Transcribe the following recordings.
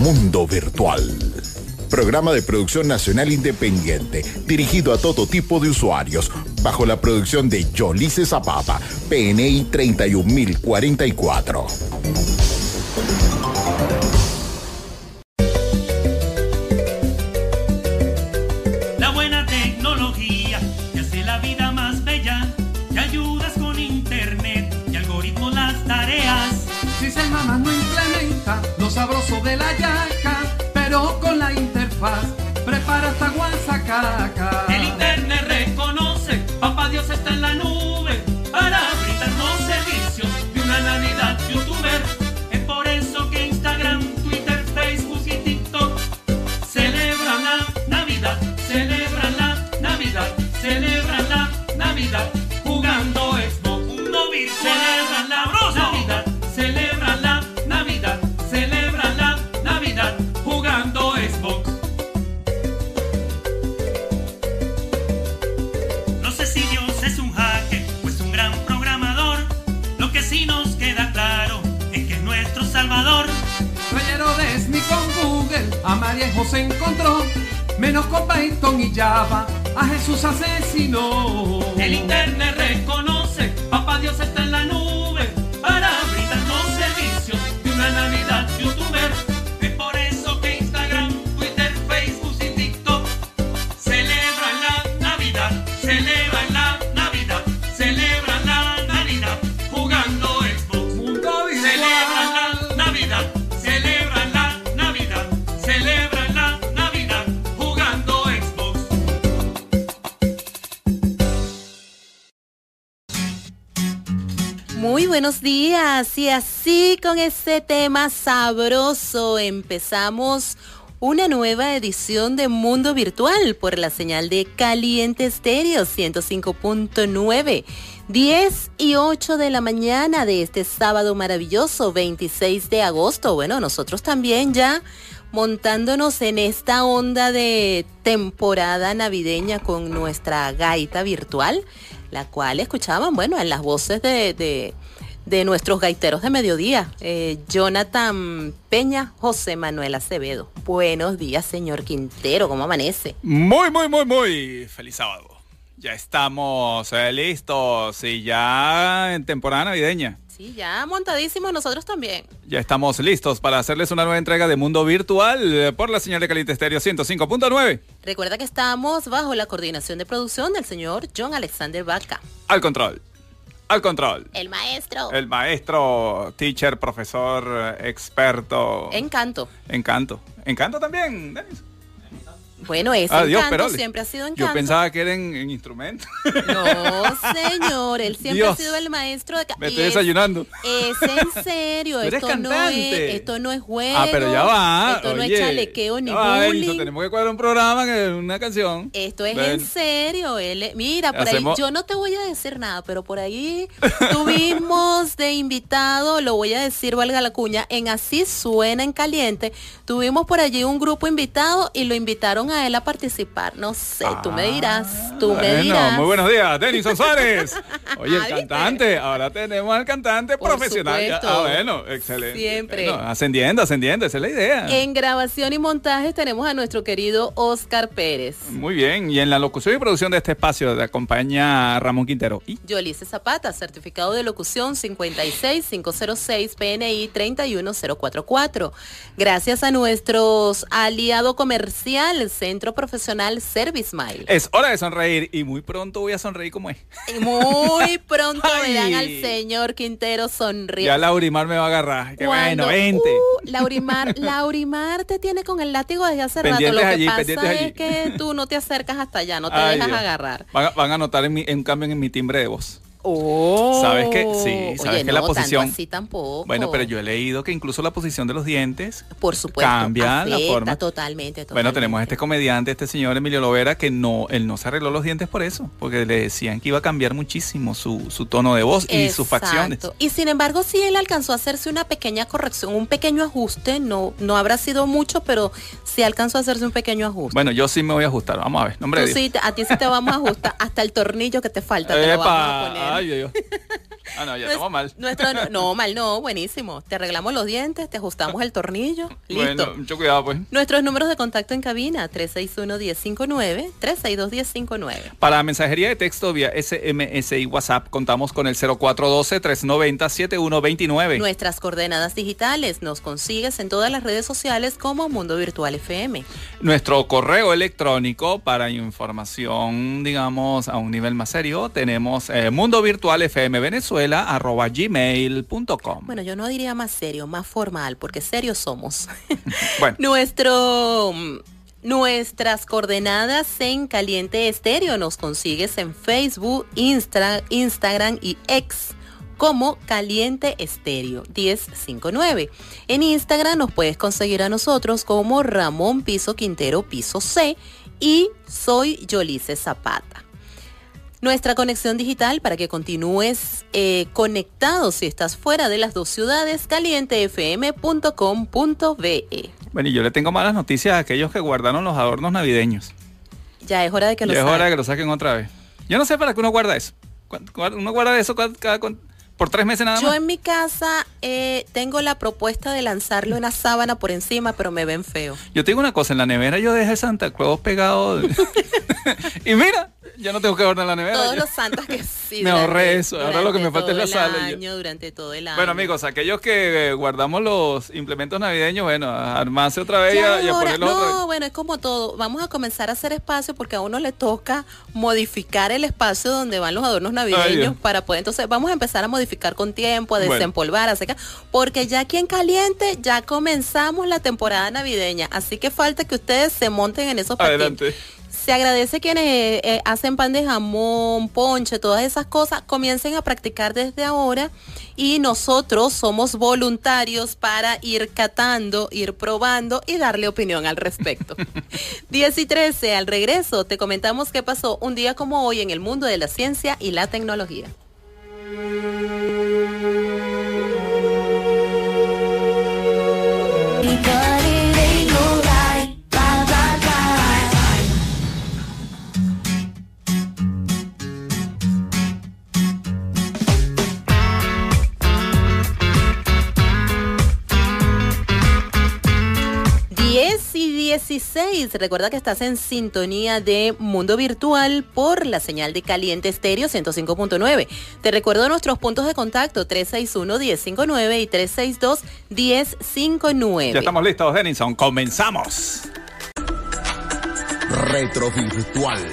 Mundo Virtual. Programa de producción nacional independiente, dirigido a todo tipo de usuarios, bajo la producción de Yolice Zapata, PNI 31044. La buena tecnología te hace la vida más bella, te ayudas con internet y algoritmos las tareas. Si el mamá no implementa lo sabroso de la yaca, pero con la interfaz prepara hasta guasacaca. El internet reconoce, papá Dios está en la nube para brindarnos servicios de una Navidad youtuber. Es por eso que Instagram, Twitter, Facebook y TikTok celebran la Navidad, celebran la Navidad, celebran la Navidad jugando Xbox. Mundo Virtual, celebran la Navidad, celebran la Navidad, celebran la Navidad jugando Xbox. No sé si Dios es un hacker o es un gran programador. Lo que sí nos queda claro es que es nuestro Salvador. Reyero de Esmi con Google, a María y José encontró, menos con Python y Java, a Jesús asesinó. El internet reconoce, papá Dios está en la nube para brindarnos servicios de una Navidad youtuber. Es por eso que Instagram, Twitter, Facebook y TikTok celebran la Navidad, celebran la Navidad, celebran la Navidad jugando Xbox. Mundo Virtual, Celebran la Navidad, celebran la Navidad, celebran la Navidad jugando Xbox. Muy buenos días, y así con ese tema sabroso empezamos una nueva edición de Mundo Virtual por la señal de Caliente Estéreo 105.9, 10 y 8 de la mañana de este sábado maravilloso 26 de agosto. Bueno, nosotros también ya montándonos en esta onda de temporada navideña con nuestra gaita virtual, la cual escuchaban, bueno, en las voces de nuestros gaiteros de mediodía, Jonathan Peña, José Manuel Acevedo. Buenos días, señor Quintero, ¿cómo amanece? Muy feliz sábado. Ya estamos listos y ya en temporada navideña. Sí, ya montadísimos nosotros también. Ya estamos listos para hacerles una nueva entrega de Mundo Virtual por la señal de Caliente Estéreo 105.9. Recuerda que estamos bajo la coordinación de producción del señor John Alexander Vaca. Al control. El maestro. El maestro, teacher, profesor, experto. Encanto. Encanto también, Denis. Bueno, ese encanto siempre ha sido encanto. Yo pensaba que era en instrumento. No, señor, él siempre ha sido el maestro de... Me estoy desayunando. Es en serio, esto no es juego. Pero ya va. Esto no es chalequeo ni bullying. Tenemos que cuadrar un programa, una canción. Esto es en serio. Mira, por ahí, yo no te voy a decir nada, pero por ahí tuvimos de invitado, lo voy a decir, valga la cuña, en Así Suena en Caliente, tuvimos por allí un grupo invitado y lo invitaron a él a participar. No sé, tú me dirás. Muy buenos días, Denis Suárez. Oye, el cantante, ahora tenemos al cantante por profesional. Supuesto. Bueno, excelente. Siempre. Bueno, ascendiendo, esa es la idea. En grabación y montaje tenemos a nuestro querido Oscar Pérez. Muy bien, y en la locución y producción de este espacio te acompaña Ramón Quintero. ¿Y? Yolice Zapata, certificado de locución 56506, PNI 31044. Gracias a nuestros aliados comerciales, Centro Profesional ServiceMile. Es hora de sonreír y muy pronto voy a sonreír como es. Y muy pronto verán al señor Quintero sonreír. Ya Laurimar me va a agarrar. Qué bueno, vente. Laurimar te tiene con el látigo desde hace rato. Lo que pasa es que tú no te acercas hasta allá, no te dejas agarrar. Van a notar un cambio en mi timbre de voz. Oh, ¿Sabes qué? Sí, sabes que la posición. Así tampoco. Bueno, pero yo he leído que incluso la posición de los dientes, por supuesto, cambia la forma. Totalmente. Bueno, tenemos este comediante, este señor Emilio Lovera, él no se arregló los dientes por eso, porque le decían que iba a cambiar muchísimo su tono de voz y sus facciones. Y sin embargo, sí, él alcanzó a hacerse una pequeña corrección, un pequeño ajuste, no habrá sido mucho, pero sí alcanzó a hacerse un pequeño ajuste. Bueno, yo sí me voy a ajustar, vamos a ver, nombre de Dios. Sí, a ti sí te vamos a ajustar, hasta el tornillo que te falta te lo vamos a poner. Ay, Dios. Ah, no, ya estamos mal. No, mal no, buenísimo. Te arreglamos los dientes, te ajustamos el tornillo, listo. Bueno, mucho cuidado, pues. Nuestros números de contacto en cabina, 361-1059, 362-1059. Para mensajería de texto vía SMS y WhatsApp, contamos con el 0412-390-7129. Nuestras coordenadas digitales nos consigues en todas las redes sociales como Mundo Virtual FM. Nuestro correo electrónico para información, digamos, a un nivel más serio, tenemos mundovirtualfmvenezuela@gmail.com. Bueno, yo no diría más serio, más formal, porque serios somos. Bueno. Nuestras coordenadas en Caliente Estéreo nos consigues en Facebook, Instagram y X como Caliente Estéreo 1059. En Instagram nos puedes conseguir a nosotros como Ramón Piso Quintero Piso C y soy Yolice Zapata. Nuestra conexión digital para que continúes conectado si estás fuera de las dos ciudades, calientefm.com.be. Bueno, y yo le tengo malas noticias a aquellos que guardaron los adornos navideños. Ya es hora de que lo saquen. saquen. Ya es hora de que lo saquen otra vez. Yo no sé para qué uno guarda eso. Uno guarda eso por 3 meses nada más. Yo en mi casa tengo la propuesta de lanzarle una sábana por encima, pero me ven feo. Yo tengo una cosa, en la nevera yo dejé Santa Claus pegado. Y mira, ya no tengo que guardar en la nevera. Todos los santos que sí. Me ahorré eso. Ahora lo que me falta es la sala. Durante todo el año. Bueno, amigos, aquellos que guardamos los implementos navideños, bueno, a armarse otra vez y a ponerlos otra vez. No, bueno, es como todo. Vamos a comenzar a hacer espacio porque a uno le toca modificar el espacio donde van los adornos navideños para poder. Entonces, vamos a empezar a modificar con tiempo, a desempolvar, a secar. Porque ya aquí en Caliente ya comenzamos la temporada navideña. Así que falta que ustedes se monten en esos patines. Adelante. Se agradece quienes hacen pan de jamón, ponche, todas esas cosas, comiencen a practicar desde ahora y nosotros somos voluntarios para ir catando, ir probando y darle opinión al respecto. 10:13, al regreso te comentamos qué pasó un día como hoy en el mundo de la ciencia y la tecnología. Y 16, recuerda que estás en sintonía de Mundo Virtual por la señal de Caliente Estéreo 105.9. Te recuerdo nuestros puntos de contacto 361-1059 y 362-1059. Ya estamos listos, Denison, comenzamos. Retro Virtual.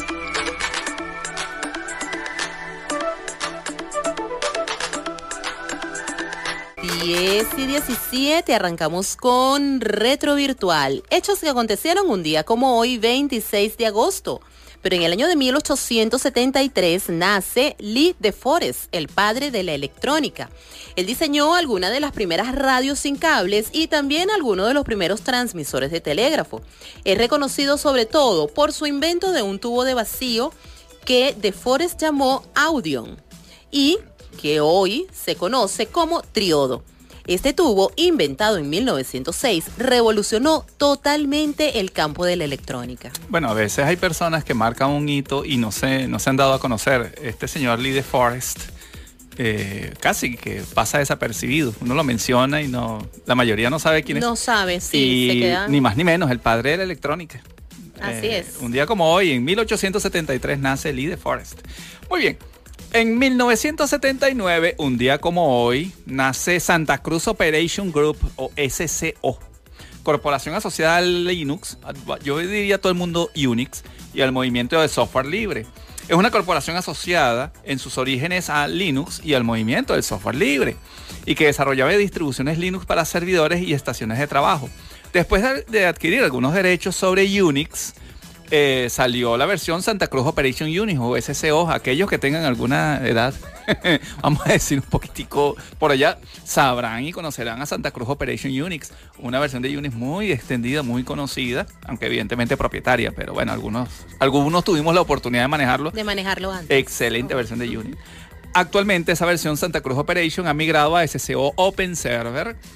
Y 17, arrancamos con Retro Virtual. Hechos que acontecieron un día como hoy, 26 de agosto. Pero en el año de 1873 nace Lee de Forest, el padre de la electrónica. Él diseñó algunas de las primeras radios sin cables y también algunos de los primeros transmisores de telégrafo. Es reconocido sobre todo por su invento de un tubo de vacío que de Forest llamó Audion y que hoy se conoce como triodo. Este tubo, inventado en 1906, revolucionó totalmente el campo de la electrónica. Bueno, a veces hay personas que marcan un hito y no se han dado a conocer. Este señor Lee de Forest casi que pasa desapercibido. Uno lo menciona y la mayoría no sabe quién es. No sabe, sí. Y se queda... ni más ni menos, el padre de la electrónica. Así es. Un día como hoy, en 1873, nace Lee de Forest. Muy bien. En 1979, un día como hoy, nace Santa Cruz Operation Group, o SCO, corporación asociada al Linux, yo diría todo el mundo Unix, y al movimiento de software libre. Es una corporación asociada en sus orígenes a Linux y al movimiento del software libre, y que desarrollaba distribuciones Linux para servidores y estaciones de trabajo. Después de adquirir algunos derechos sobre Unix, salió la versión Santa Cruz Operation Unix o SCO. Aquellos que tengan alguna edad, vamos a decir un poquitico por allá, sabrán y conocerán a Santa Cruz Operation Unix, una versión de Unix muy extendida, muy conocida, aunque evidentemente propietaria, pero bueno, algunos tuvimos la oportunidad de manejarlo. De manejarlo antes. Excelente versión de Unix. Actualmente esa versión Santa Cruz Operation ha migrado a SCO Open Server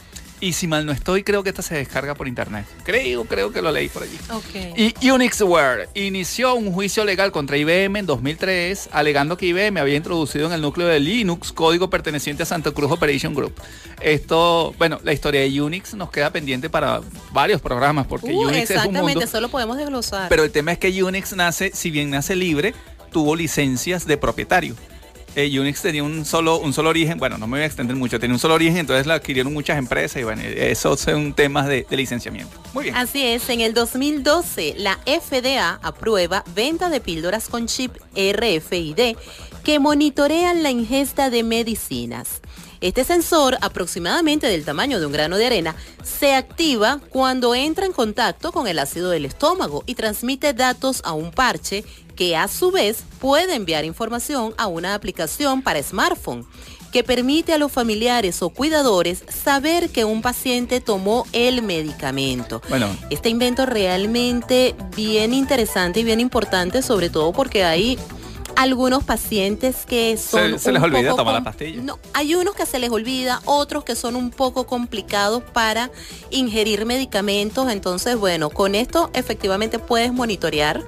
Y si mal no estoy, creo que esta se descarga por internet. Creo que lo leí por allí. Okay. Y Unixware inició un juicio legal contra IBM en 2003, alegando que IBM había introducido en el núcleo de Linux código perteneciente a Santa Cruz Operation Group. Esto, bueno, la historia de Unix nos queda pendiente para varios programas, porque Unix es un mundo. Exactamente, eso lo podemos desglosar. Pero el tema es que Unix nace, si bien nace libre, tuvo licencias de propietario. Unix tenía un solo origen, bueno, no me voy a extender mucho, tenía un solo origen, entonces la adquirieron muchas empresas y bueno, esos son temas de licenciamiento. Muy bien. Así es, en el 2012 la FDA aprueba venta de píldoras con chip RFID que monitorean la ingesta de medicinas. Este sensor, aproximadamente del tamaño de un grano de arena, se activa cuando entra en contacto con el ácido del estómago y transmite datos a un parche que a su vez puede enviar información a una aplicación para smartphone que permite a los familiares o cuidadores saber que un paciente tomó el medicamento. Bueno. Este invento realmente bien interesante y bien importante, sobre todo porque hay algunos pacientes que son se les olvida tomar la pastilla. No, hay unos que se les olvida, otros que son un poco complicados para ingerir medicamentos. Entonces, bueno, con esto efectivamente puedes monitorear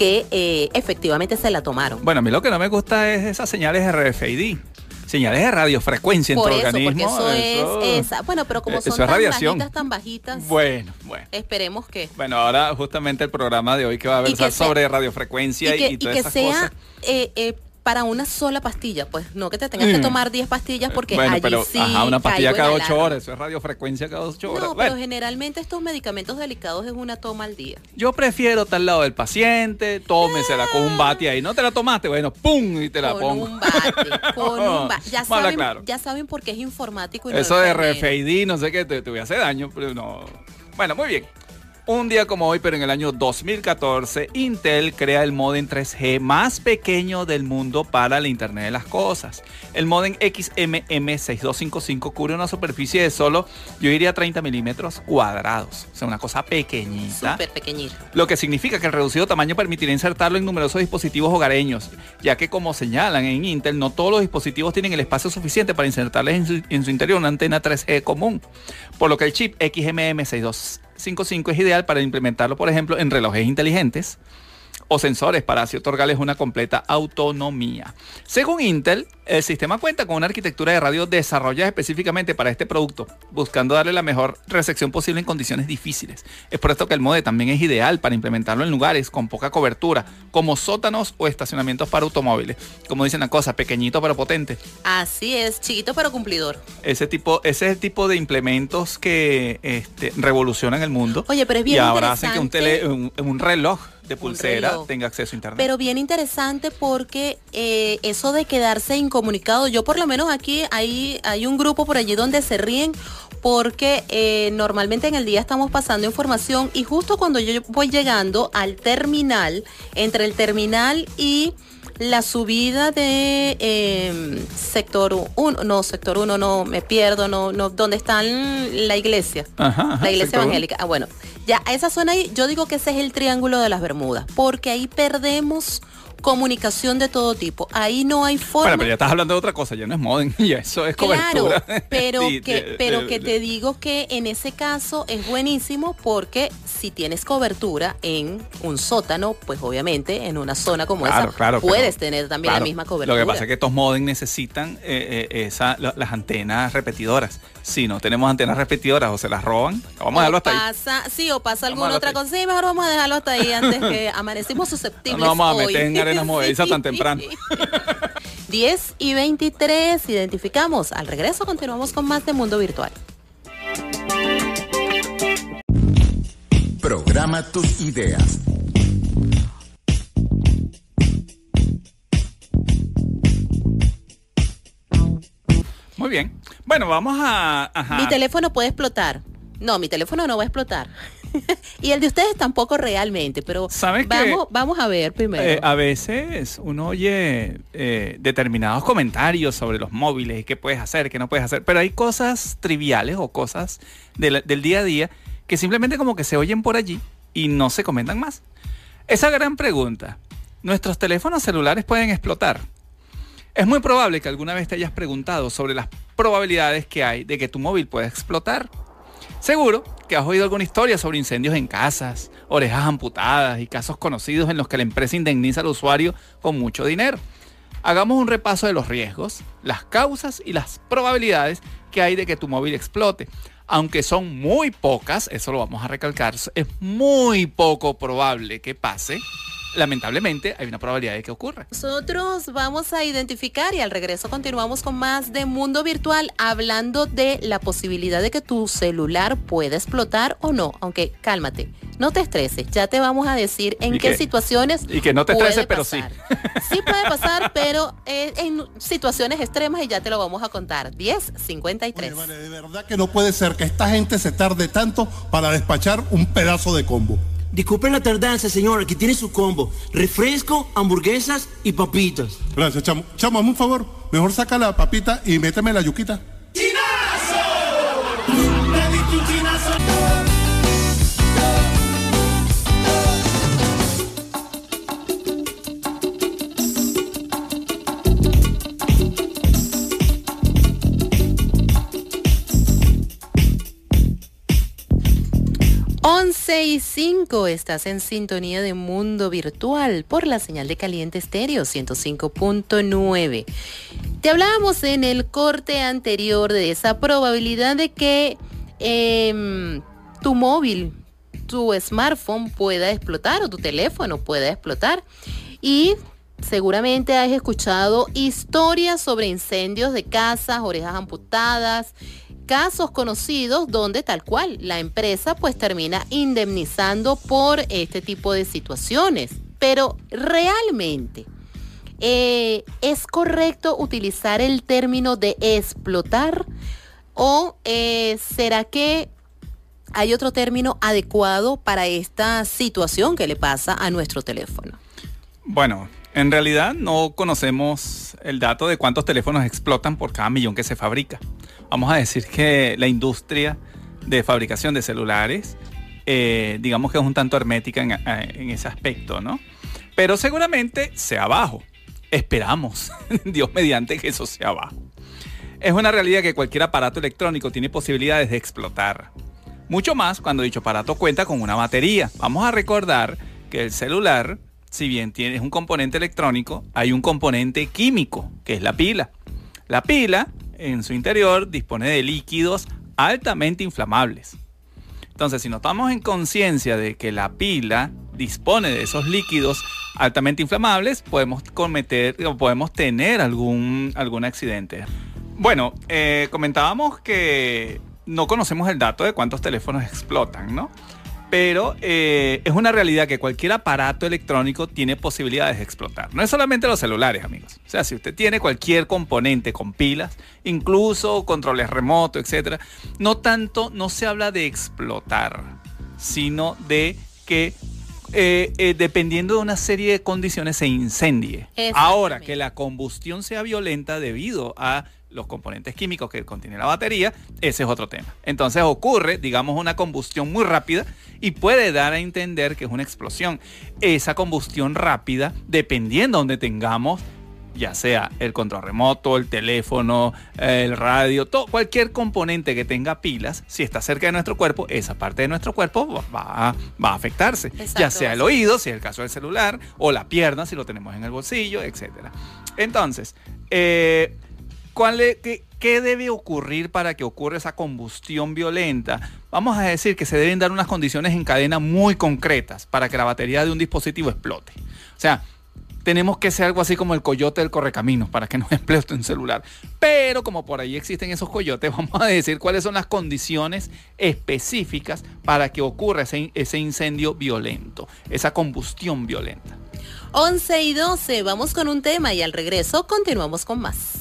que efectivamente se la tomaron. Bueno, a mí lo que no me gusta es esas señales RFID. Señales de radiofrecuencia en tu organismo. Porque eso es esa. Bueno, pero como son tan bajitas. Bueno. Esperemos que. Bueno, ahora justamente el programa de hoy que va a versar sobre radiofrecuencia y todas esas cosas. Para una sola pastilla, pues no que te tengas que tomar 10 pastillas porque bueno, allí pero, sí una pastilla cada 8 alarma. horas, eso es radiofrecuencia cada 8 horas. No, pero generalmente estos medicamentos delicados es una toma al día. Yo prefiero estar al lado del paciente, tómesela con un bate ahí. ¿No te la tomaste? Bueno, ¡pum! Y te la pongo. Con un bate. Ya saben por qué es informático. Y no eso de RFID, no sé qué, te voy a hacer daño, pero no. Bueno, muy bien. Un día como hoy, pero en el año 2014, Intel crea el módem 3G más pequeño del mundo para la Internet de las Cosas. El módem XMM6255 cubre una superficie de solo, yo diría 30 milímetros cuadrados. O sea, una cosa pequeñita. Súper pequeñita. Lo que significa que el reducido tamaño permitirá insertarlo en numerosos dispositivos hogareños, ya que como señalan en Intel, no todos los dispositivos tienen el espacio suficiente para insertarles en su interior una antena 3G común. Por lo que el chip XMM6255 es ideal para implementarlo, por ejemplo, en relojes inteligentes o sensores para así otorgarles una completa autonomía. Según Intel, el sistema cuenta con una arquitectura de radio desarrollada específicamente para este producto, buscando darle la mejor recepción posible en condiciones difíciles. Es por esto que el modem también es ideal para implementarlo en lugares con poca cobertura, como sótanos o estacionamientos para automóviles. Como dicen la cosa, pequeño pero potente. Así es, chiquito pero cumplidor. Ese es el tipo de implementos que revolucionan el mundo. Oye, pero es bien y ahora interesante. hacen que un reloj de pulsera tenga acceso a internet. Pero bien interesante porque eso de quedarse incomunicado, yo por lo menos aquí hay un grupo por allí donde se ríen porque normalmente en el día estamos pasando información y justo cuando yo voy llegando al terminal, entre el terminal y la subida de sector 1, no, me pierdo, no, donde está la iglesia, la iglesia evangélica. Bueno, ya esa zona ahí, yo digo que ese es el Triángulo de las Bermudas, porque ahí perdemos comunicación de todo tipo. Ahí no hay forma. Bueno, pero ya estás hablando de otra cosa, ya no es modem, ya eso es cobertura. Claro, pero que te digo que en ese caso es buenísimo porque si tienes cobertura en un sótano, pues obviamente en una zona como esa puedes tener también la misma cobertura. Lo que pasa es que estos modem necesitan las antenas repetidoras. Si no tenemos antenas repetidoras o se las roban, vamos a dejarlo hasta ahí. Sí, o pasa alguna otra cosa. Sí, mejor vamos a dejarlo hasta ahí antes que amanecimos susceptibles. No vamos a meter en arenas movedizas tan temprano. 10:23, identificamos. Al regreso continuamos con más de Mundo Virtual. Programa tus ideas. Muy bien. Bueno, vamos a... Mi teléfono puede explotar. No, mi teléfono no va a explotar. Y el de ustedes tampoco realmente, pero vamos a ver primero. A veces uno oye determinados comentarios sobre los móviles, qué puedes hacer, qué no puedes hacer, pero hay cosas triviales o cosas del día a día que simplemente como que se oyen por allí y no se comentan más. Esa gran pregunta, ¿nuestros teléfonos celulares pueden explotar? Es muy probable que alguna vez te hayas preguntado sobre las probabilidades que hay de que tu móvil pueda explotar. Seguro que has oído alguna historia sobre incendios en casas, orejas amputadas y casos conocidos en los que la empresa indemniza al usuario con mucho dinero. Hagamos un repaso de los riesgos, las causas y las probabilidades que hay de que tu móvil explote. Aunque son muy pocas, eso lo vamos a recalcar, es muy poco probable que pase. Lamentablemente hay una probabilidad de que ocurra. Nosotros vamos a identificar y al regreso continuamos con más de Mundo Virtual, hablando de la posibilidad de que tu celular pueda explotar o no. Aunque cálmate, no te estreses, ya te vamos a decir en qué situaciones. Y que no te estreses, pero sí. Sí puede pasar, pero en situaciones extremas, y ya te lo vamos a contar. 10:53. Vale, de verdad que no puede ser que esta gente se tarde tanto para despachar un pedazo de combo. Disculpen la tardanza, señor, aquí tiene su combo. Refresco, hamburguesas y papitas. Gracias, chamo. Chamo, hazme un favor. Mejor saca la papita y méteme la yuquita. ¡Chinazo! ¡Le diste un chinazo! 11:05, estás en sintonía de Mundo Virtual por la señal de Caliente Estéreo 105.9. Te hablábamos en el corte anterior de esa probabilidad de que tu móvil, tu smartphone pueda explotar o tu teléfono pueda explotar. Y seguramente has escuchado historias sobre incendios de casas, orejas amputadas, casos conocidos donde tal cual la empresa pues termina indemnizando por este tipo de situaciones. Pero realmente, ¿es correcto utilizar el término de explotar? ¿O será que hay otro término adecuado para esta situación que le pasa a nuestro teléfono? Bueno, en realidad no conocemos el dato de cuántos teléfonos explotan por cada millón que se fabrica. Vamos a decir que la industria de fabricación de celulares, digamos que es un tanto hermética en ese aspecto, ¿no? Pero seguramente sea bajo. Esperamos, Dios mediante, que eso sea bajo. Es una realidad que cualquier aparato electrónico tiene posibilidades de explotar. Mucho más cuando dicho aparato cuenta con una batería. Vamos a recordar que el celular, si bien tiene un componente electrónico, hay un componente químico, que es la pila. La pila, en su interior, dispone de líquidos altamente inflamables. Entonces, si no estamos en conciencia de que la pila dispone de esos líquidos altamente inflamables, podemos tener algún accidente. Bueno, comentábamos que no conocemos el dato de cuántos teléfonos explotan, ¿no? Pero es una realidad que cualquier aparato electrónico tiene posibilidades de explotar. No es solamente los celulares, amigos. O sea, si usted tiene cualquier componente con pilas, incluso controles remotos, etc., no se habla de explotar, sino de que dependiendo de una serie de condiciones se incendie. Ahora, que la combustión sea violenta debido a los componentes químicos que contiene la batería, ese es otro tema. Entonces ocurre, digamos, una combustión muy rápida y puede dar a entender que es una explosión. Esa combustión rápida, dependiendo de donde tengamos, ya sea el control remoto, el teléfono, el radio, cualquier componente que tenga pilas, si está cerca de nuestro cuerpo, esa parte de nuestro cuerpo va a afectarse. Exacto. Ya sea el oído, si es el caso del celular, o la pierna, si lo tenemos en el bolsillo, etc. Entonces, ¿qué debe ocurrir para que ocurra esa combustión violenta? Vamos a decir que se deben dar unas condiciones en cadena muy concretas para que la batería de un dispositivo explote. O sea, tenemos que ser algo así como el coyote del correcaminos para que no explote un celular. Pero como por ahí existen esos coyotes, vamos a decir cuáles son las condiciones específicas para que ocurra ese incendio violento, esa combustión violenta. 11:12, vamos con un tema y al regreso continuamos con más.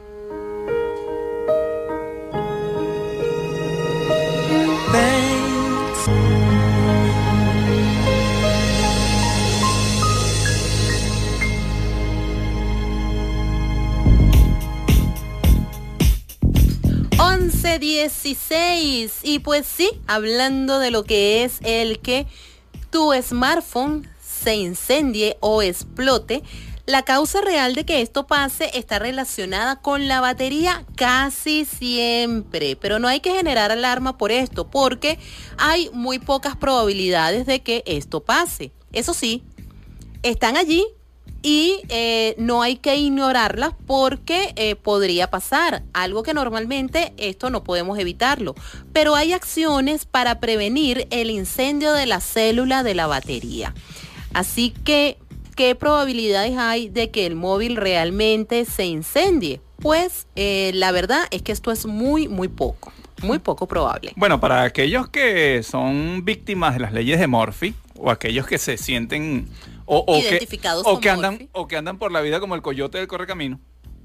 Once 16 y pues sí, hablando de lo que es el que tu smartphone se incendie o explote, La causa real de que esto pase está relacionada con la batería casi siempre, pero no hay que generar alarma por esto, porque hay muy pocas probabilidades de que esto pase. Eso sí, están allí y no hay que ignorarlas porque podría pasar, algo que normalmente esto no podemos evitarlo, pero hay acciones para prevenir el incendio de la célula de la batería. Así que, ¿qué probabilidades hay de que el móvil realmente se incendie? Pues la verdad es que esto es muy poco probable. Bueno, para aquellos que son víctimas de las leyes de Murphy, o aquellos que se sienten identificados o que Murphy, andan por la vida como el coyote del correcamino,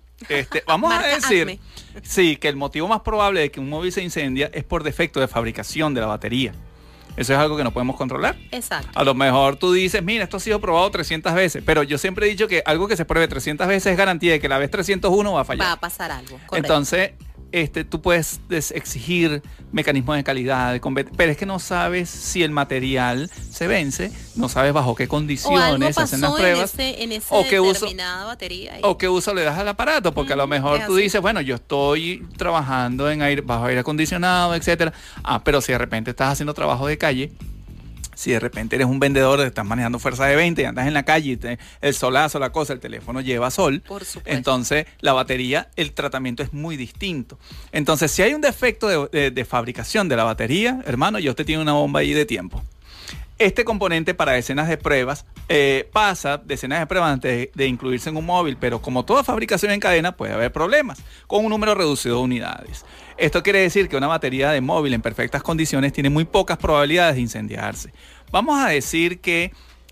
vamos a decir, Acme. sí, que el motivo más probable de que un móvil se incendia es por defecto de fabricación de la batería. Eso es algo que no podemos controlar. Exacto. A lo mejor tú dices, mira, esto ha sido probado 300 veces, pero yo siempre he dicho que algo que se pruebe 300 veces es garantía de que la vez 301 va a fallar. Va a pasar algo. Correcto. Entonces, tú puedes exigir mecanismos de calidad, pero es que no sabes si el material se vence, no sabes bajo qué condiciones se hacen las pruebas, en ese o qué determinada batería. o qué uso le das al aparato, porque a lo mejor tú dices, bueno, yo estoy trabajando bajo aire acondicionado, etcétera. Pero si de repente estás haciendo trabajo de calle, si de repente eres un vendedor, estás manejando fuerza de 20 y andas en la calle, el solazo, la cosa, el teléfono lleva sol. Por supuesto. Entonces, la batería, el tratamiento es muy distinto. Entonces, si hay un defecto de fabricación de la batería, hermano, ya usted tiene una bomba ahí de tiempo. Este componente para decenas de pruebas pasa decenas de pruebas antes de incluirse en un móvil, pero como toda fabricación en cadena puede haber problemas con un número reducido de unidades. Esto quiere decir que una batería de móvil en perfectas condiciones tiene muy pocas probabilidades de incendiarse. Vamos a decir que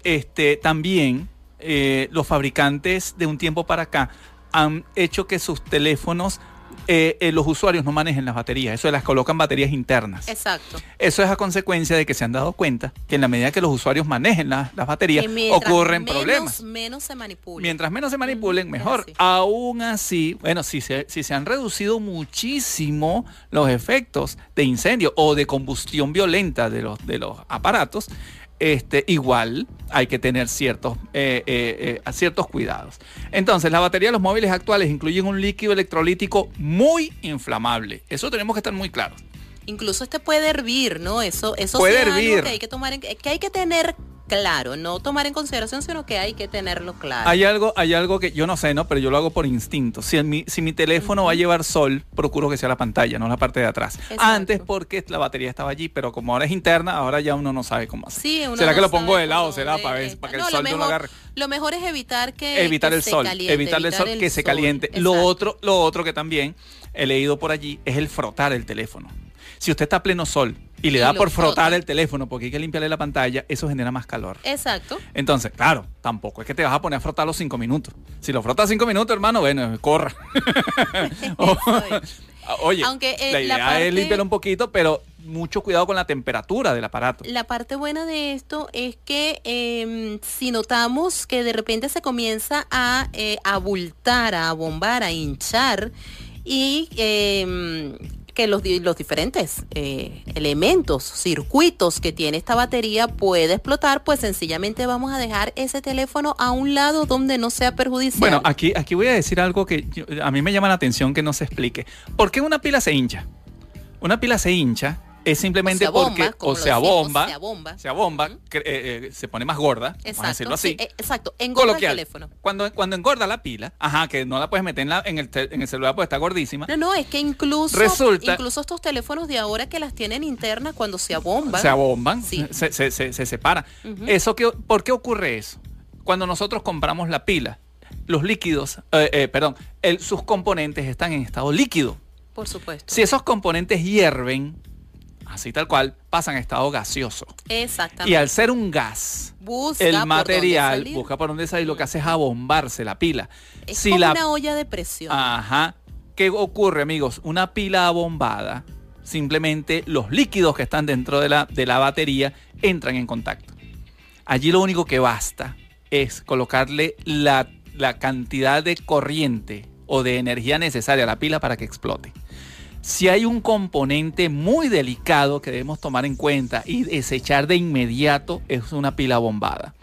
también los fabricantes de un tiempo para acá han hecho que sus teléfonos, los usuarios no manejen las baterías, eso las colocan baterías internas. Exacto. Eso es a consecuencia de que se han dado cuenta que en la medida que los usuarios manejen las baterías, ocurren problemas. Menos se manipulen. Mientras menos se manipulen, mejor. Aún así, bueno, si se han reducido muchísimo los efectos de incendio o de combustión violenta de los aparatos, igual hay que tener ciertos cuidados. Entonces, la batería de los móviles actuales incluyen un líquido electrolítico muy inflamable. Eso tenemos que estar muy claros. Incluso puede hervir, ¿no? Eso puede sí es hervir. Algo que hay que tener claro, no tomar en consideración, sino que hay que tenerlo claro. Hay algo que yo no sé, ¿no? Pero yo lo hago por instinto. Si mi teléfono va a llevar sol, procuro que sea la pantalla, no la parte de atrás. Exacto. Antes porque la batería estaba allí, pero como ahora es interna, ahora ya uno no sabe cómo hacer. Sí, ¿Será no que lo pongo sabe de lado? cómo ¿Será para que el sol no lo agarre? Lo mejor es evitar el sol, evitar el sol que se caliente. Lo otro que también he leído por allí es el frotar el teléfono. Si usted está a pleno sol y le da por frotar el teléfono porque hay que limpiarle la pantalla, eso genera más calor. Exacto. Entonces, claro, tampoco es que te vas a poner a frotar los 5 minutos. Si lo frotas 5 minutos, hermano, bueno, corra. Oye, la idea es limpiarlo un poquito, pero mucho cuidado con la temperatura del aparato. La parte buena de esto es que si notamos que de repente se comienza a abultar, a bombar, a hinchar y que los diferentes elementos, circuitos que tiene esta batería puede explotar, pues sencillamente vamos a dejar ese teléfono a un lado donde no sea perjudicial. Bueno, aquí voy a decir algo que a mí me llama la atención que no se explique. ¿Por qué una pila se hincha? Una pila se hincha es simplemente porque se abomba, se pone más gorda, vamos a decirlo así. Sí, exacto, engorda el teléfono. Cuando engorda la pila, que no la puedes meter en el celular porque está gordísima. No, es que incluso estos teléfonos de ahora que las tienen internas, cuando se abomban. Sí. Se separan. ¿Por qué ocurre eso? Cuando nosotros compramos la pila, los líquidos, sus componentes están en estado líquido. Por supuesto. Si esos componentes hierven, así tal cual, pasan a estado gaseoso. Exactamente. Y al ser un gas, el material busca por dónde salir, lo que hace es abombarse la pila. Es como una olla de presión. ¿Qué ocurre, amigos? Una pila abombada, simplemente los líquidos que están dentro de la batería entran en contacto. Allí lo único que basta es colocarle la cantidad de corriente o de energía necesaria a la pila para que explote. Si hay un componente muy delicado que debemos tomar en cuenta y desechar de inmediato, es una pila bombada.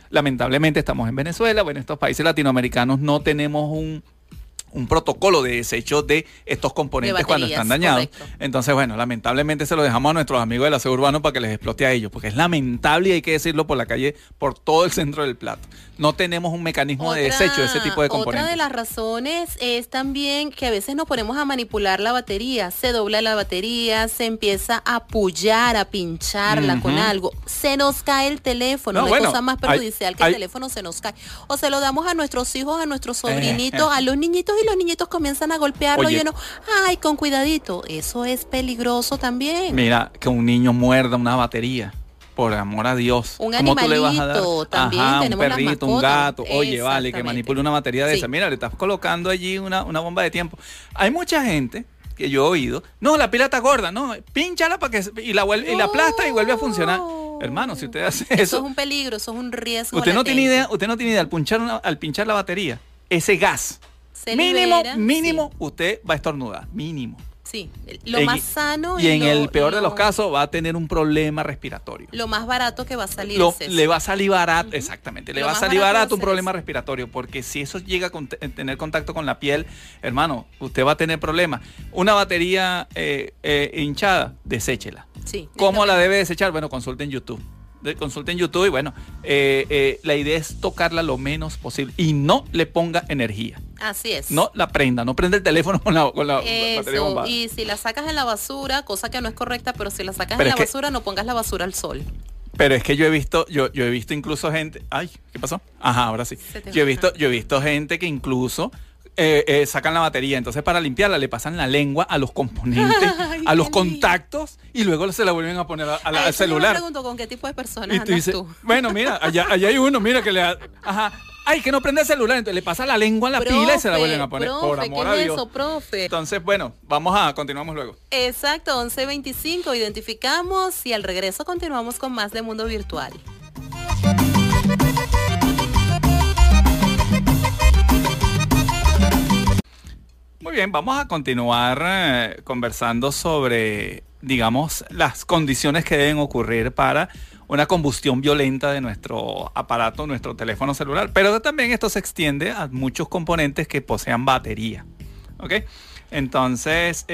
Lamentablemente estamos en Venezuela, bueno, estos países latinoamericanos no tenemos un protocolo de desecho de estos componentes cuando están dañados. Correcto. Entonces, bueno, lamentablemente se lo dejamos a nuestros amigos del aseo urbano para que les explote a ellos, porque es lamentable y hay que decirlo por la calle, por todo el centro del plato. No tenemos un mecanismo de desecho de ese tipo de componentes. Otra de las razones es también que a veces nos ponemos a manipular la batería, se dobla la batería, se empieza a pullar, a pincharla con algo, se nos cae el teléfono, no hay cosa más perjudicial que el teléfono se nos cae. O se lo damos a nuestros hijos, a nuestros sobrinitos, a los niñitos, y los niñitos comienzan a golpearlo y uno, ay, con cuidadito, eso es peligroso también. Mira, que un niño muerda una batería, por amor a Dios. Un animalito, tú le vas a dar? También tenemos un perrito, un gato, oye, vale, que manipule una batería de esa. Mira, le estás colocando allí una bomba de tiempo. Hay mucha gente que yo he oído, no, la pila está gorda, no, pínchala para que y la aplasta y vuelve a funcionar. Hermano, si usted hace eso es un peligro, eso es un riesgo. Usted no tiene idea, al pinchar la batería, ese gas mínimo, usted va a estornudar, mínimo. Sí, lo más sano. Y en el peor de los casos va a tener un problema respiratorio. Lo más barato que va a salir es eso. Le va a salir barato, exactamente, le va a salir barato un problema respiratorio, porque si eso llega a tener contacto con la piel, hermano, usted va a tener problemas. Una batería hinchada, deséchela. Sí. ¿Cómo la debe desechar? Bueno, consulten YouTube y bueno, la idea es tocarla lo menos posible y no le ponga energía. Así es. No la prenda, no prende el teléfono con la batería bombada. Y si la sacas en la basura, cosa que no es correcta, pero si la sacas en la basura, no pongas la basura al sol. Pero es que yo he visto incluso gente, ay, ¿qué pasó? Ajá, ahora sí. Yo he visto gente que incluso sacan la batería, entonces para limpiarla le pasan la lengua a los componentes, a los contactos y luego se la vuelven a poner al celular. Yo me pregunto con qué tipo de personas andas tú. Bueno, mira, allá hay uno, mira que ay, que no prende el celular, entonces le pasa la lengua a la pila y se la vuelven a poner. Por amor a Dios. Eso, profe? Entonces, bueno, continuamos luego. Exacto, 11:25, identificamos y al regreso continuamos con más de Mundo Virtual. Muy bien, vamos a continuar conversando sobre, digamos, las condiciones que deben ocurrir para una combustión violenta de nuestro aparato, nuestro teléfono celular. Pero también esto se extiende a muchos componentes que posean batería. ¿Ok? Entonces,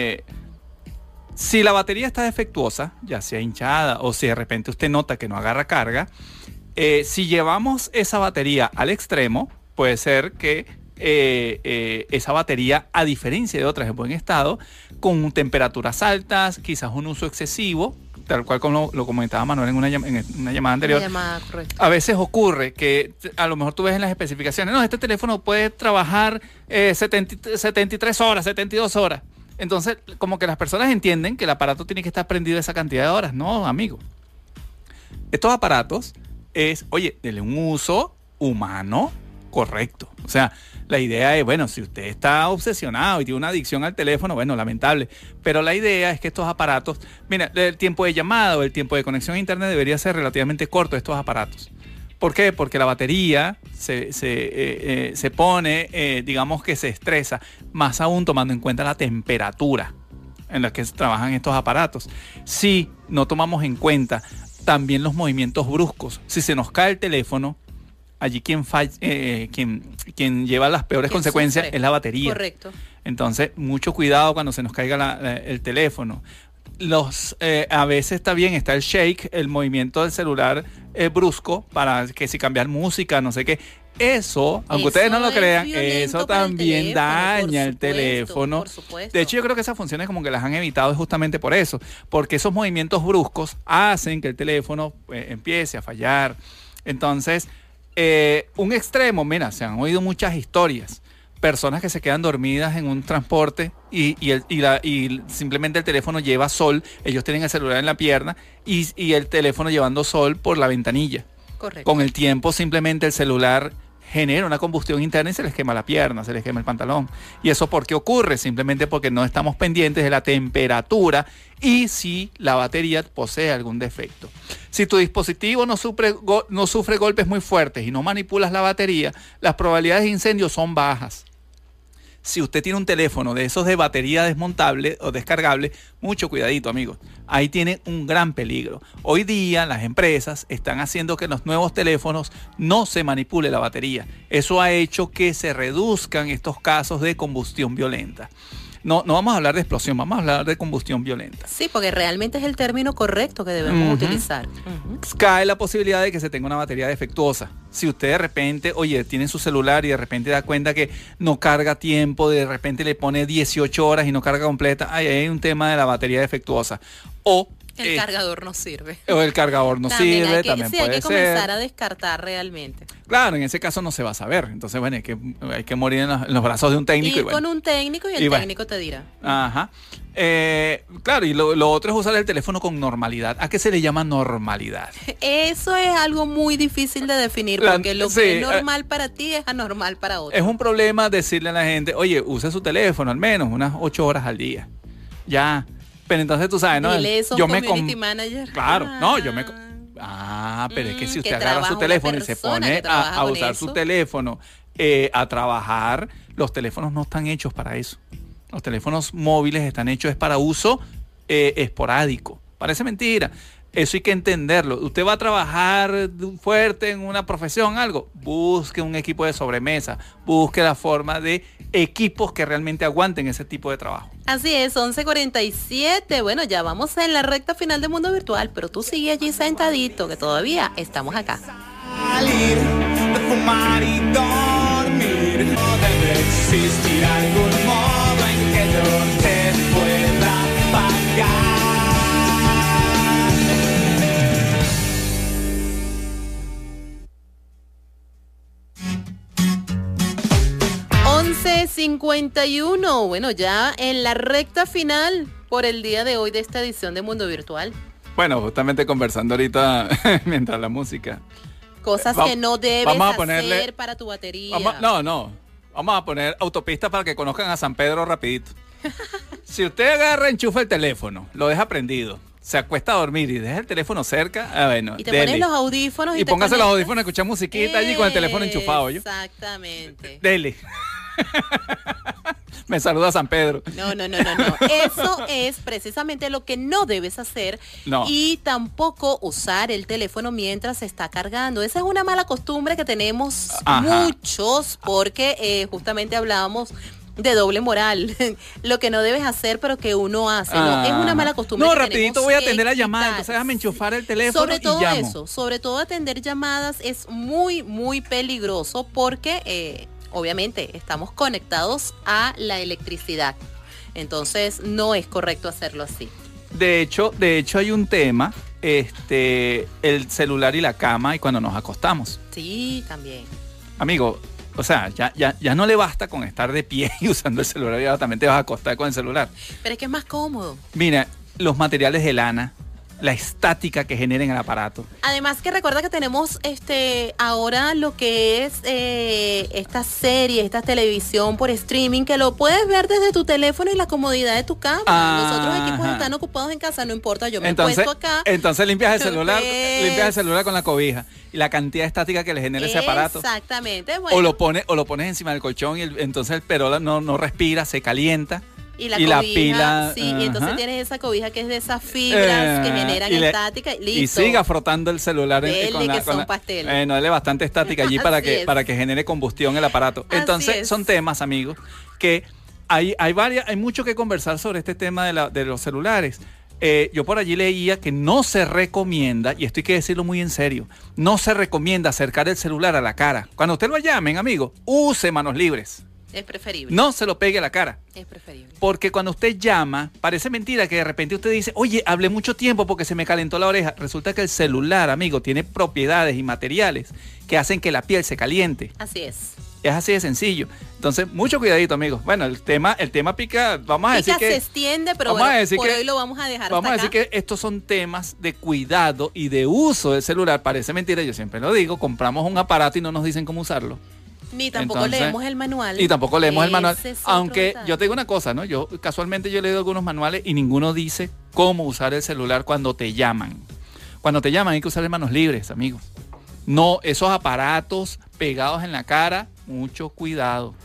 si la batería está defectuosa, ya sea hinchada o si de repente usted nota que no agarra carga, si llevamos esa batería al extremo, puede ser que esa batería, a diferencia de otras en buen estado, con temperaturas altas, quizás un uso excesivo, tal cual como lo comentaba Manuel en una llamada anterior. A veces ocurre que a lo mejor tú ves en las especificaciones, no, este teléfono puede trabajar 73 horas, 72 horas. Entonces, como que las personas entienden que el aparato tiene que estar prendido esa cantidad de horas. No, amigo. Estos aparatos denle un uso humano correcto. O sea, la idea es, bueno, si usted está obsesionado y tiene una adicción al teléfono, bueno, lamentable. Pero la idea es que estos aparatos, mira, el tiempo de llamada o el tiempo de conexión a internet debería ser relativamente corto de estos aparatos. ¿Por qué? Porque la batería se pone, digamos que se estresa, más aún tomando en cuenta la temperatura en la que trabajan estos aparatos. Si no tomamos en cuenta también los movimientos bruscos, si se nos cae el teléfono, allí quien lleva las peores consecuencias es la batería. Correcto. Entonces, mucho cuidado cuando se nos caiga el teléfono. A veces está el shake, el movimiento del celular brusco, para que si cambiar música, no sé qué. Eso, aunque ustedes no lo crean, eso también daña el teléfono. Por supuesto. De hecho, yo creo que esas funciones como que las han evitado justamente por eso, porque esos movimientos bruscos hacen que el teléfono empiece a fallar. Entonces, un extremo, mira, se han oído muchas historias. Personas que se quedan dormidas en un transporte y simplemente el teléfono lleva sol. Ellos tienen el celular en la pierna y el teléfono llevando sol por la ventanilla. Correcto. Con el tiempo simplemente el celular genera una combustión interna y se les quema la pierna, se les quema el pantalón. ¿Y eso por qué ocurre? Simplemente porque no estamos pendientes de la temperatura y si la batería posee algún defecto. Si tu dispositivo no sufre golpes muy fuertes y no manipulas la batería, las probabilidades de incendio son bajas. Si usted tiene un teléfono de esos de batería desmontable o descargable, mucho cuidadito, amigos. Ahí tiene un gran peligro. Hoy día las empresas están haciendo que en los nuevos teléfonos no se manipule la batería. Eso ha hecho que se reduzcan estos casos de combustión violenta. No vamos a hablar de explosión, vamos a hablar de combustión violenta. Sí, porque realmente es el término correcto que debemos utilizar. Cae la posibilidad de que se tenga una batería defectuosa. Si usted de repente, tiene su celular y de repente da cuenta que no carga a tiempo, de repente le pone 18 horas y no carga completa, hay un tema de la batería defectuosa. O el cargador no sirve. O el cargador no sirve, también puede ser. Hay que comenzar a descartar realmente. Claro, en ese caso no se va a saber. Entonces, bueno, hay que morir en los brazos de un técnico. Ir con un técnico y el técnico te dirá. Ajá. Claro, y lo otro es usar el teléfono con normalidad. ¿A qué se le llama normalidad? Eso es algo muy difícil de definir, porque lo que es normal para ti es anormal para otro. Es un problema decirle a la gente, oye, use su teléfono al menos unas 8 horas al día. Ya. Pero entonces tú sabes, ¿no? Dile eso, yo community manager. Claro, no, yo me... pero es que si usted agarra su teléfono y se pone a usar su teléfono a trabajar, los teléfonos no están hechos para eso. Los teléfonos móviles están hechos para uso esporádico. Parece mentira. Eso hay que entenderlo. Usted va a trabajar fuerte en una profesión, algo, busque un equipo de sobremesa, busque la forma de equipos que realmente aguanten ese tipo de trabajo. Así es, 11:47. Bueno, ya vamos en la recta final de Mundo Virtual, pero tú sigue allí sentadito, que todavía estamos acá. Salir, de fumar y dormir. No debe existir algún modo en que yo te pueda pagar. 11:51. Bueno, ya en la recta final por el día de hoy de esta edición de Mundo Virtual. Bueno, justamente conversando ahorita mientras la música. Cosas que no debes hacer para tu batería. Vamos a poner autopistas para que conozcan a San Pedro rapidito. Si usted agarra, enchufa el teléfono, lo deja prendido, se acuesta a dormir y deja el teléfono cerca, y te pones los audífonos y póngase los audífonos a escuchar musiquita allí con el teléfono enchufado. Exactamente. Dele. Me saluda San Pedro. No. Eso es precisamente lo que no debes hacer. No. Y tampoco usar el teléfono mientras se está cargando. Esa es una mala costumbre que tenemos muchos, porque justamente hablábamos de doble moral. Lo que no debes hacer, pero que uno hace. No, es una mala costumbre. No, rapidito voy a atender la llamada, entonces déjame enchufar el teléfono sobre todo y llamo. Eso, sobre todo atender llamadas es muy, muy peligroso porque obviamente estamos conectados a la electricidad. Entonces no es correcto hacerlo así. De hecho hay un tema, el celular y la cama y cuando nos acostamos. Sí, también. Amigo, o sea, ya no le basta con estar de pie y usando el celular, ya también te vas a acostar con el celular. Pero es que es más cómodo. Mira, los materiales de lana, la estática que genera en el aparato. Además que recuerda que tenemos ahora lo que es estas series, esta televisión por streaming, que lo puedes ver desde tu teléfono y la comodidad de tu cama. Los otros equipos están ocupados en casa, no importa, yo me puesto acá. Entonces limpias el celular con la cobija y la cantidad de estática que le genera ese aparato. Exactamente. Bueno. O lo pones encima del colchón y entonces el perola no respira, se calienta. Y la pila, sí, y entonces tienes esa cobija que es de esas fibras que generan estática, listo. Y siga frotando el celular dale bastante estática allí para que genere combustión el aparato. Entonces son temas, amigos, que hay mucho que conversar sobre este tema de los celulares. Yo por allí leía que no se recomienda, y esto hay que decirlo muy en serio, no se recomienda acercar el celular a la cara. Cuando usted lo llamen, amigo, use manos libres. Es preferible. No se lo pegue a la cara. Es preferible. Porque cuando usted llama, parece mentira que de repente usted dice, oye, hablé mucho tiempo porque se me calentó la oreja. Resulta que el celular, amigo, tiene propiedades y materiales que hacen que la piel se caliente. Así es. Es así de sencillo. Entonces, mucho cuidadito, amigos. Bueno, el tema pica, vamos a decir que... se extiende, pero bueno, por hoy lo vamos a dejar Vamos a decir que estos son temas de cuidado y de uso del celular. Parece mentira, yo siempre lo digo, compramos un aparato y no nos dicen cómo usarlo. Ni tampoco leemos el manual. Y tampoco leemos el manual. Aunque yo te digo una cosa, ¿no? Casualmente yo he leído algunos manuales y ninguno dice cómo usar el celular cuando te llaman. Cuando te llaman hay que usar manos libres, amigos. No, esos aparatos pegados en la cara, mucho cuidado.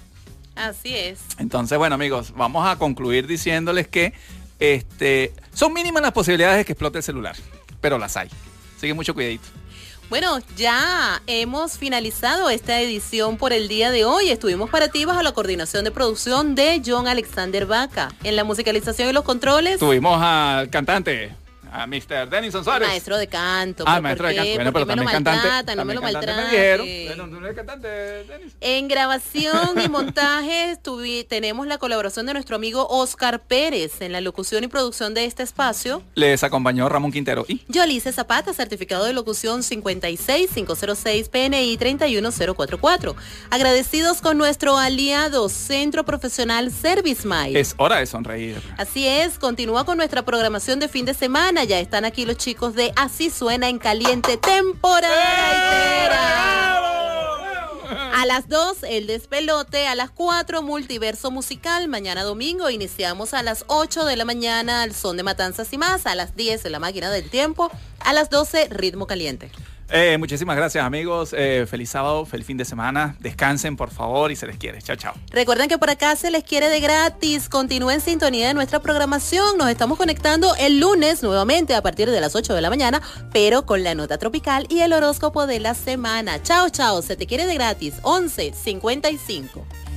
Así es. Entonces, bueno, amigos, vamos a concluir diciéndoles que son mínimas las posibilidades de que explote el celular, pero las hay. Así que mucho cuidadito. Bueno, ya hemos finalizado esta edición por el día de hoy. Estuvimos para ti bajo la coordinación de producción de John Alexander Vaca. En la musicalización y los controles. Tuvimos al cantante, a Mr. Denison Suárez. Maestro de canto. Maestro de canto. Bueno, pero también cantante. No me lo maltratan. Me dijeron. Bueno, ¿tú no eres cantante, Denis? En grabación y montaje tenemos la colaboración de nuestro amigo Oscar Pérez. En la locución y producción de este espacio les acompañó Ramón Quintero y Yolice Zapata, certificado de locución 56506 PNI 31044. Agradecidos con nuestro aliado Centro Profesional ServiceMind. Es hora de sonreír. Así es, continúa con nuestra programación de fin de semana. Ya están aquí los chicos de Así Suena en Caliente, temporada gaitera. A las 2, el despelote. A las 4, multiverso musical. Mañana domingo iniciamos a las 8 de la mañana al son de Matanzas y más. A las 10, la máquina del tiempo. A las 12, ritmo caliente. Muchísimas gracias, amigos. Feliz sábado, feliz fin de semana. Descansen, por favor, y se les quiere. Chao, chao. Recuerden que por acá se les quiere de gratis. Continúen en sintonía de nuestra programación. Nos estamos conectando el lunes nuevamente a partir de las 8 de la mañana, pero con la nota tropical y el horóscopo de la semana. Chao, chao. Se te quiere de gratis. 11:55.